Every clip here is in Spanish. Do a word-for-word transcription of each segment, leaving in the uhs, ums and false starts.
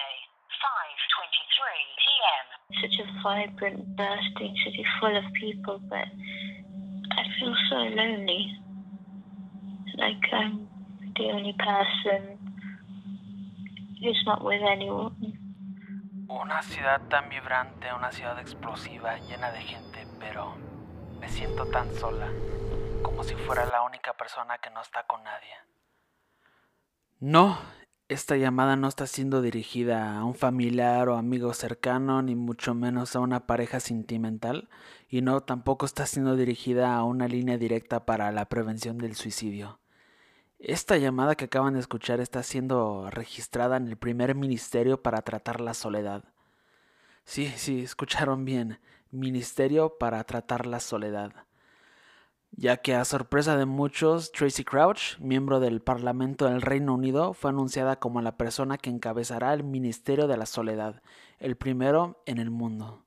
five twenty-three p m Such a vibrant, bursting city full of people, but I feel so lonely. Like I'm the only person who's not with anyone. Una ciudad tan vibrante, una ciudad explosiva, llena de gente, pero me siento tan sola, como si fuera la única persona que no está con nadie. No, esta llamada no está siendo dirigida a un familiar o amigo cercano, ni mucho menos a una pareja sentimental, y no, tampoco está siendo dirigida a una línea directa para la prevención del suicidio. Esta llamada que acaban de escuchar está siendo registrada en el primer ministerio para tratar la soledad. Sí, sí, escucharon bien, Ministerio para tratar la soledad. Ya que a sorpresa de muchos, Tracy Crouch, miembro del Parlamento del Reino Unido, fue anunciada como la persona que encabezará el Ministerio de la Soledad, el primero en el mundo.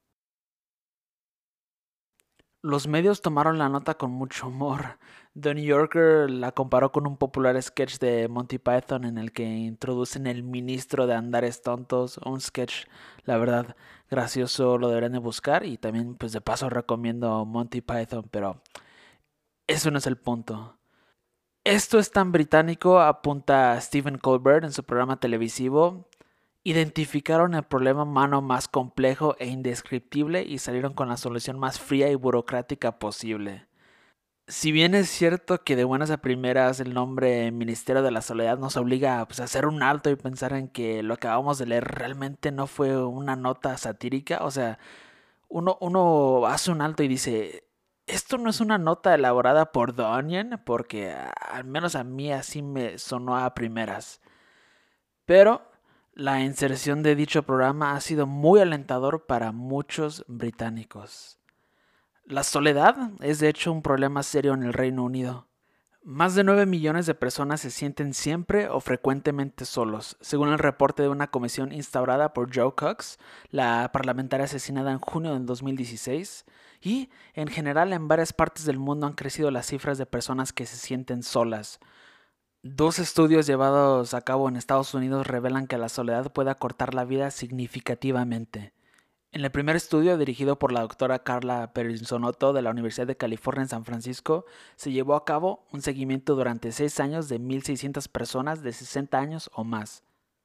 Los medios tomaron la nota con mucho humor. The New Yorker la comparó con un popular sketch de Monty Python en el que introducen el ministro de Andares Tontos, un sketch, la verdad, gracioso, lo deberían de buscar, y también pues de paso recomiendo Monty Python, pero eso no es el punto. Esto es tan británico, apunta Stephen Colbert en su programa televisivo. Identificaron el problema humano más complejo e indescriptible y salieron con la solución más fría y burocrática posible. Si bien es cierto que de buenas a primeras el nombre Ministerio de la Soledad nos obliga pues, a hacer un alto y pensar en que lo que acabamos de leer realmente no fue una nota satírica, o sea, uno, uno hace un alto y dice, esto no es una nota elaborada por The Onion, porque a, al menos a mí así me sonó a primeras. Pero la inserción de dicho programa ha sido muy alentador para muchos británicos. La soledad es de hecho un problema serio en el Reino Unido. Más de nueve millones de personas se sienten siempre o frecuentemente solos, según el reporte de una comisión instaurada por Jo Cox, la parlamentaria asesinada en junio del dos mil dieciséis, y en general en varias partes del mundo han crecido las cifras de personas que se sienten solas. Dos estudios llevados a cabo en Estados Unidos revelan que la soledad puede acortar la vida significativamente. En el primer estudio, dirigido por la doctora Carla Perisonotto de la Universidad de California en San Francisco, se llevó a cabo un seguimiento durante seis años de mil seiscientas personas de sesenta años o más.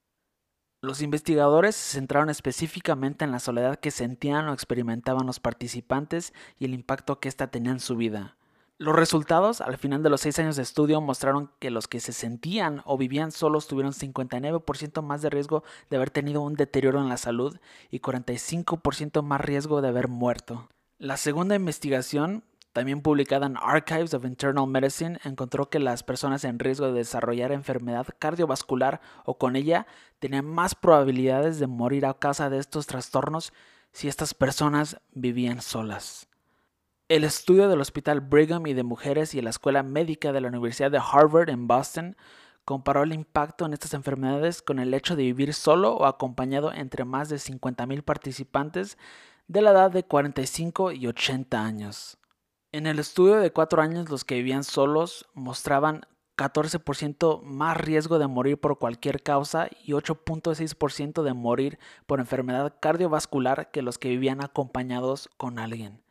Los investigadores se centraron específicamente en la soledad que sentían o experimentaban los participantes y el impacto que ésta tenía en su vida. Los resultados, al final de los seis años de estudio, mostraron que los que se sentían o vivían solos tuvieron cincuenta y nueve por ciento más de riesgo de haber tenido un deterioro en la salud y cuarenta y cinco por ciento más riesgo de haber muerto. La segunda investigación, también publicada en Archives of Internal Medicine, encontró que las personas en riesgo de desarrollar enfermedad cardiovascular o con ella tenían más probabilidades de morir a causa de estos trastornos si estas personas vivían solas. El estudio del Hospital Brigham y de mujeres y la Escuela Médica de la Universidad de Harvard en Boston comparó el impacto en estas enfermedades con el hecho de vivir solo o acompañado entre más de cincuenta mil participantes de la edad de cuarenta y cinco y ochenta años. En el estudio de cuatro años, los que vivían solos mostraban catorce por ciento más riesgo de morir por cualquier causa y ocho punto seis por ciento de morir por enfermedad cardiovascular que los que vivían acompañados con alguien.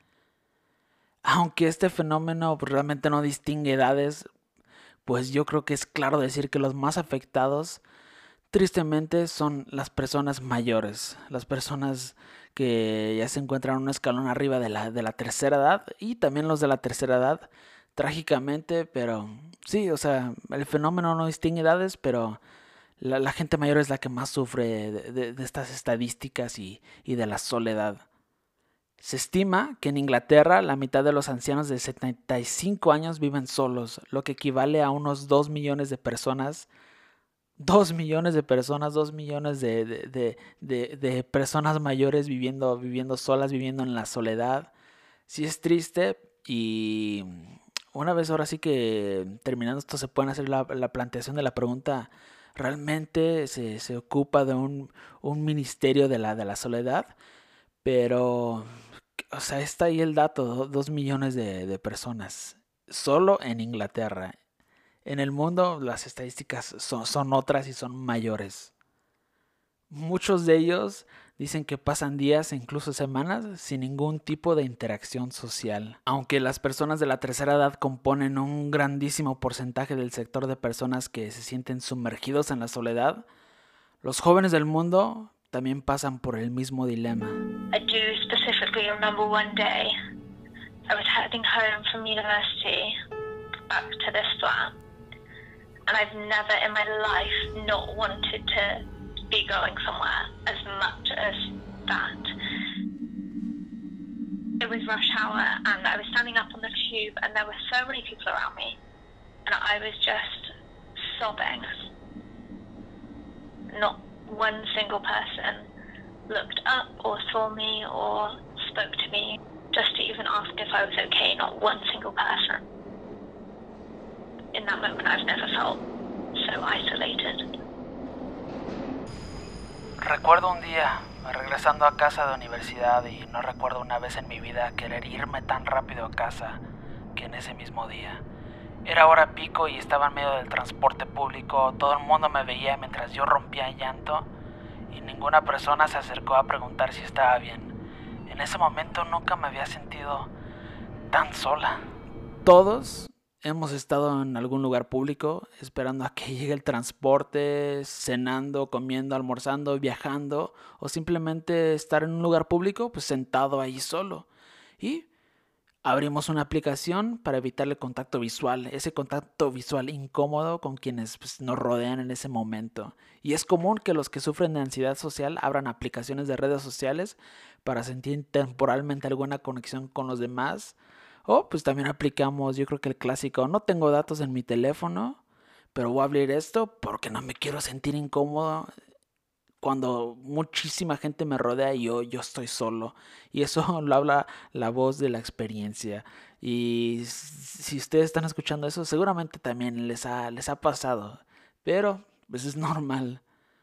Aunque este fenómeno realmente no distingue edades, pues yo creo que es claro decir que los más afectados, tristemente, son las personas mayores, las personas que ya se encuentran un escalón arriba de la, de la tercera edad, y también los de la tercera edad, trágicamente, pero sí, o sea, el fenómeno no distingue edades, pero la, la gente mayor es la que más sufre de, de, de estas estadísticas y, y de la soledad. Se estima que en Inglaterra la mitad de los ancianos de setenta y cinco años viven solos, lo que equivale a unos dos millones de personas. dos millones de personas, dos millones de, de, de, de, de personas mayores viviendo, viviendo solas, viviendo en la soledad. Sí es triste, y una vez ahora sí que terminando esto se pueden hacer la, la planteación de la pregunta, ¿realmente se, se ocupa de un, un ministerio de la, de la soledad? Pero, o sea, está ahí el dato, dos millones de, de personas, solo en Inglaterra. En el mundo las estadísticas son, son otras y son mayores. Muchos de ellos dicen que pasan días e incluso semanas sin ningún tipo de interacción social. Aunque las personas de la tercera edad componen un grandísimo porcentaje del sector de personas que se sienten sumergidos en la soledad, los jóvenes del mundo también pasan por el mismo dilema. I do specifically remember one day I was heading home from university back to this flat, and I've never in my life not wanted to be going somewhere as much as that. It was rush hour and I was standing up on the tube and there were so many people around me and I was just sobbing. Not one single person looked up or saw me or spoke to me just to even ask if I was okay. Not one single person. In that moment I've never felt so isolated. Recuerdo un día regresando a casa de universidad y no recuerdo una vez en mi vida querer irme tan rápido a casa que en ese mismo día. Era hora pico y estaba en medio del transporte público, todo el mundo me veía mientras yo rompía en llanto y ninguna persona se acercó a preguntar si estaba bien. En ese momento nunca me había sentido tan sola. Todos hemos estado en algún lugar público esperando a que llegue el transporte, cenando, comiendo, almorzando, viajando o simplemente estar en un lugar público pues sentado ahí solo. Y abrimos una aplicación para evitar el contacto visual, ese contacto visual incómodo con quienes pues, nos rodean en ese momento. Y es común que los que sufren de ansiedad social abran aplicaciones de redes sociales para sentir temporalmente alguna conexión con los demás. O pues también aplicamos, yo creo que el clásico, no tengo datos en mi teléfono, pero voy a abrir esto porque no me quiero sentir incómodo cuando muchísima gente me rodea y yo, yo estoy solo. Y eso lo habla la voz de la experiencia. Y si ustedes están escuchando eso, seguramente también les ha, les ha pasado. Pero pues es normal.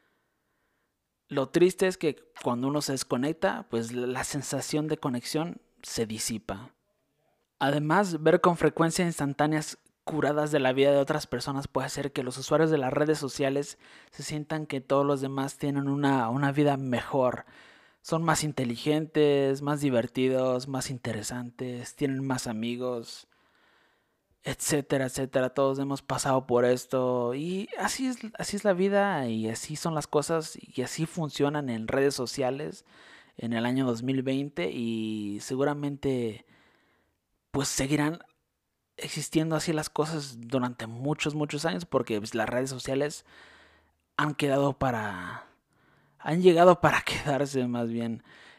Lo triste es que cuando uno se desconecta, pues la sensación de conexión se disipa. Además, ver con frecuencia instantáneas curadas de la vida de otras personas puede hacer que los usuarios de las redes sociales se sientan que todos los demás tienen una, una vida mejor. Son más inteligentes, más divertidos, más interesantes, tienen más amigos, etcétera, etcétera. Todos hemos pasado por esto y así es, así es la vida y así son las cosas y así funcionan en redes sociales en el año dos mil veinte y seguramente pues seguirán existiendo así las cosas durante muchos, muchos años porque pues, las redes sociales han quedado para... han llegado para quedarse más bien.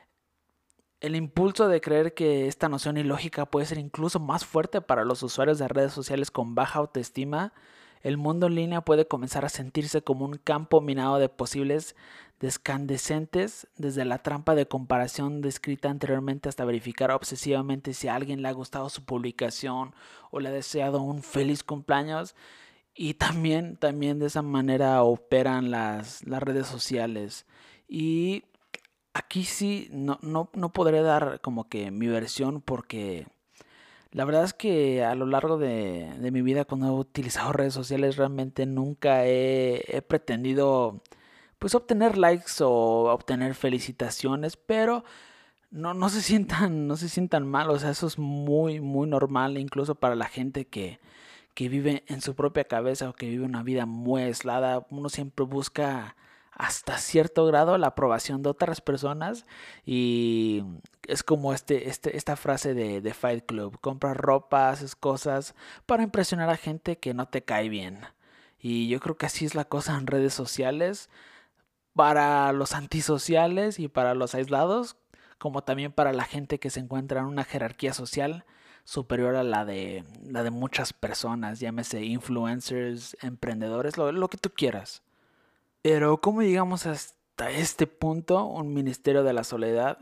El impulso de creer que esta noción ilógica puede ser incluso más fuerte para los usuarios de redes sociales con baja autoestima, el mundo en línea puede comenzar a sentirse como un campo minado de posibles descandescentes, desde la trampa de comparación descrita anteriormente hasta verificar obsesivamente si a alguien le ha gustado su publicación o le ha deseado un feliz cumpleaños. Y también, también de esa manera operan las, las redes sociales. Y aquí sí no, no, no podré dar como que mi versión porque la verdad es que a lo largo de, de mi vida cuando he utilizado redes sociales realmente nunca he, he pretendido pues obtener likes o obtener felicitaciones, pero no, no se sientan, no se sientan mal, o sea, eso es muy, muy normal, incluso para la gente que, que vive en su propia cabeza o que vive una vida muy aislada. Uno siempre busca hasta cierto grado la aprobación de otras personas y es como este, este, esta frase de, de Fight Club: compras ropa, haces cosas para impresionar a gente que no te cae bien. Y yo creo que así es la cosa en redes sociales, para los antisociales y para los aislados, como también para la gente que se encuentra en una jerarquía social superior a la de, la de muchas personas, llámese influencers, emprendedores, lo, lo que tú quieras. Pero ¿cómo llegamos hasta este punto? Un ministerio de la soledad,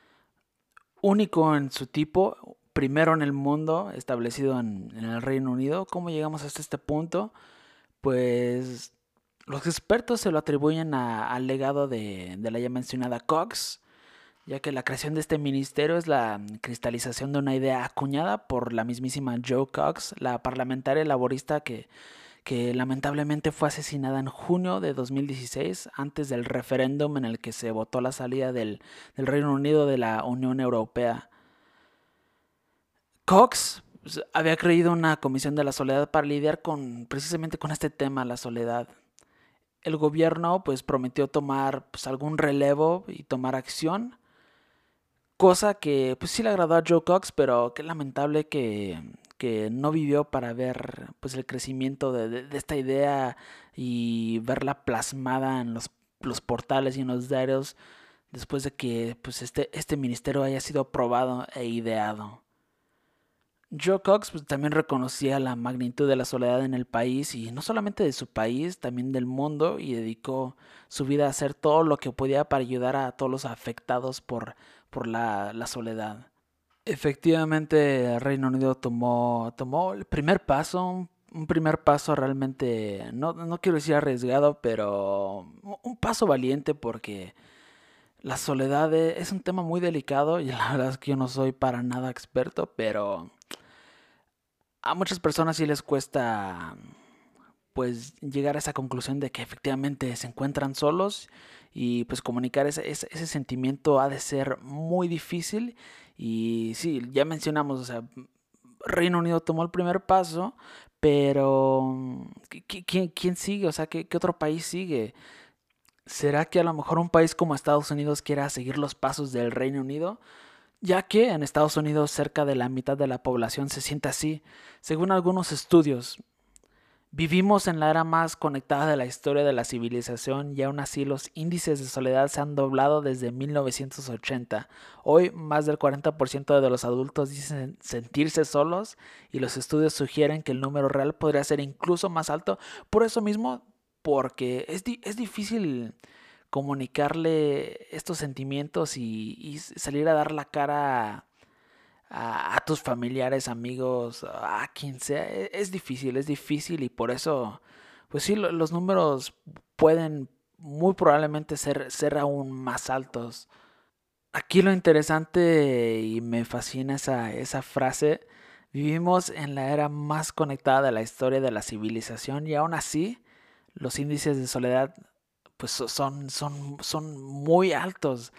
único en su tipo, primero en el mundo, establecido en, en el Reino Unido. ¿Cómo llegamos hasta este punto? Pues los expertos se lo atribuyen a, al legado de, de la ya mencionada Cox, ya que la creación de este ministerio es la cristalización de una idea acuñada por la mismísima Jo Cox, la parlamentaria laborista que que lamentablemente fue asesinada en junio de dos mil dieciséis, antes del referéndum en el que se votó la salida del, del Reino Unido de la Unión Europea. Cox pues, había creado una comisión de la soledad para lidiar con precisamente con este tema, la soledad. El gobierno pues prometió tomar pues, algún relevo y tomar acción, cosa que pues sí le agradó a Joe Cox, pero qué lamentable que, que no vivió para ver pues el crecimiento de, de, de esta idea y verla plasmada en los, los portales y en los diarios después de que pues este, este ministerio haya sido aprobado e ideado. Joe Cox pues, también reconocía la magnitud de la soledad en el país, y no solamente de su país, también del mundo, y dedicó su vida a hacer todo lo que podía para ayudar a todos los afectados por, por la, la soledad. Efectivamente, el Reino Unido tomó, tomó el primer paso, un, un primer paso realmente, no, no quiero decir arriesgado, pero un paso valiente, porque la soledad es un tema muy delicado y la verdad es que yo no soy para nada experto, pero a muchas personas sí les cuesta pues llegar a esa conclusión de que efectivamente se encuentran solos, y pues comunicar ese, ese, ese sentimiento ha de ser muy difícil. Y sí, ya mencionamos, o sea, Reino Unido tomó el primer paso, pero ¿quién, quién sigue? O sea, ¿qué, ¿qué otro país sigue? ¿Será que a lo mejor un país como Estados Unidos quiera seguir los pasos del Reino Unido? Ya que en Estados Unidos cerca de la mitad de la población se siente así. Según algunos estudios, vivimos en la era más conectada de la historia de la civilización, y aún así los índices de soledad se han doblado desde mil novecientos ochenta. Hoy más del cuarenta por ciento de los adultos dicen sentirse solos, y los estudios sugieren que el número real podría ser incluso más alto. Por eso mismo, porque es, di- es difícil comunicarle estos sentimientos y, y salir a dar la cara a, a tus familiares, amigos, a quien sea. e- Es difícil, es difícil, y por eso, pues sí, lo- los números pueden muy probablemente ser, ser aún más altos. Aquí lo interesante, y me fascina esa, esa frase: vivimos en la era más conectada de la historia de la civilización, y aún así los índices de soledad pues so- son, son, son muy altos.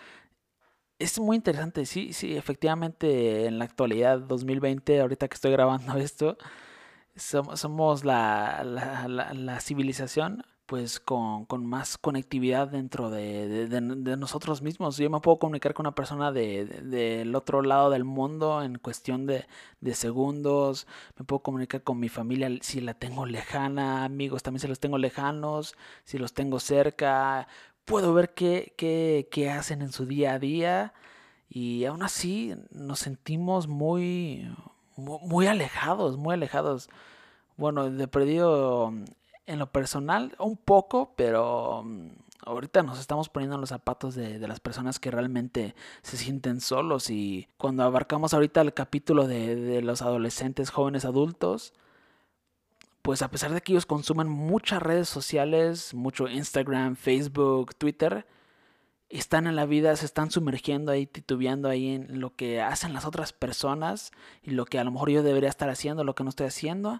Es muy interesante, sí, sí, efectivamente en la actualidad, dos mil veinte, ahorita que estoy grabando esto, somos, somos la, la, la- la civilización pues con, con más conectividad dentro de, de- de- de nosotros mismos. Yo me puedo comunicar con una persona de, de- del otro lado del mundo en cuestión de, de segundos. Me puedo comunicar con mi familia si la tengo lejana, amigos también si los tengo lejanos, si los tengo cerca. Puedo ver qué, qué, qué hacen en su día a día, y aún así nos sentimos muy, mu- muy alejados, muy alejados. Bueno, de perdido mm, en lo personal, un poco, pero mm, ahorita nos estamos poniendo en los zapatos de, de las personas que realmente se sienten solos. Y cuando abarcamos ahorita el capítulo de, de los adolescentes, jóvenes, adultos, pues a pesar de que ellos consumen muchas redes sociales, mucho Instagram, Facebook, Twitter, están en la vida, se están sumergiendo ahí, titubeando ahí en lo que hacen las otras personas y lo que a lo mejor yo debería estar haciendo, lo que no estoy haciendo.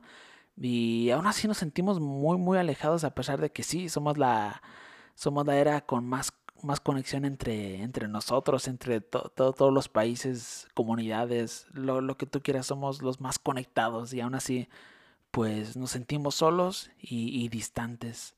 Y aún así nos sentimos muy, muy alejados, a pesar de que sí, somos la, somos la era con más, más conexión entre, entre nosotros, entre to- to- todos los países, comunidades, lo, lo que tú quieras, somos los más conectados, y aún así, pues nos sentimos solos y, y distantes.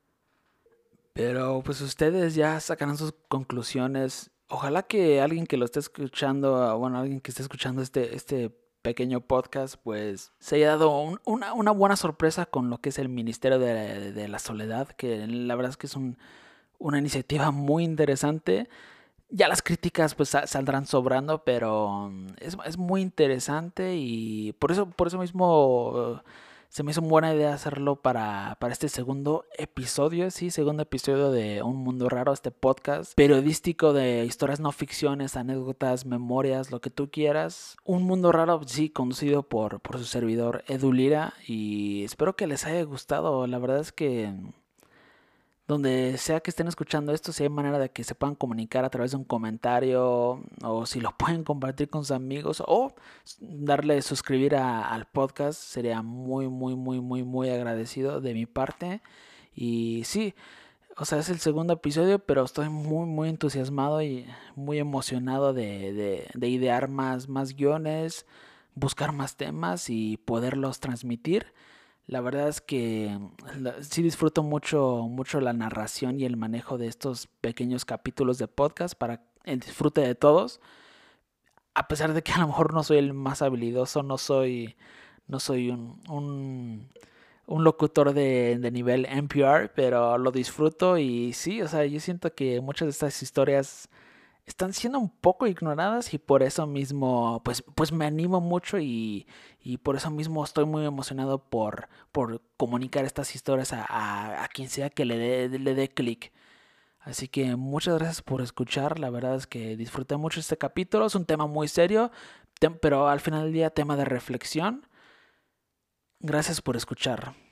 Pero pues ustedes ya sacarán sus conclusiones. Ojalá que alguien que lo esté escuchando, ah, bueno, alguien que esté escuchando este, este pequeño podcast, pues se haya dado un- una, una buena sorpresa con lo que es el Ministerio de, de la Soledad, que la verdad es que es un- una iniciativa muy interesante. Ya las críticas pues sa- saldrán sobrando, pero mm, es, es muy interesante, y por eso, por eso mismo eh, se me hizo una buena idea hacerlo para, para este segundo episodio, sí, segundo episodio de Un Mundo Raro, este podcast periodístico de historias no ficciones, anécdotas, memorias, lo que tú quieras. Un Mundo Raro, sí, conducido por, por su servidor Edu Lira, y espero que les haya gustado. La verdad es que donde sea que estén escuchando esto, si hay manera de que se puedan comunicar a través de un comentario o si lo pueden compartir con sus amigos o darle suscribir a, al podcast, sería muy, muy, muy, muy, muy agradecido de mi parte. Y sí, o sea, es el segundo episodio, pero estoy muy, muy entusiasmado y muy emocionado de, de, de idear más, más guiones, buscar más temas y poderlos transmitir. La verdad es que la- sí disfruto mucho, mucho la narración y el manejo de estos pequeños capítulos de podcast para el disfrute de todos. A pesar de que a lo mejor no soy el más habilidoso, no soy, no soy un, un, un locutor de, de nivel N P R, pero lo disfruto y sí, o sea, yo siento que muchas de estas historias están siendo un poco ignoradas y por eso mismo pues, pues me animo mucho y, y por eso mismo estoy muy emocionado por, por comunicar estas historias a, a, a quien sea que le dé le dé clic. Así que muchas gracias por escuchar, la verdad es que disfruté mucho este capítulo, es un tema muy serio, tem- pero al final del día tema de reflexión. Gracias por escuchar.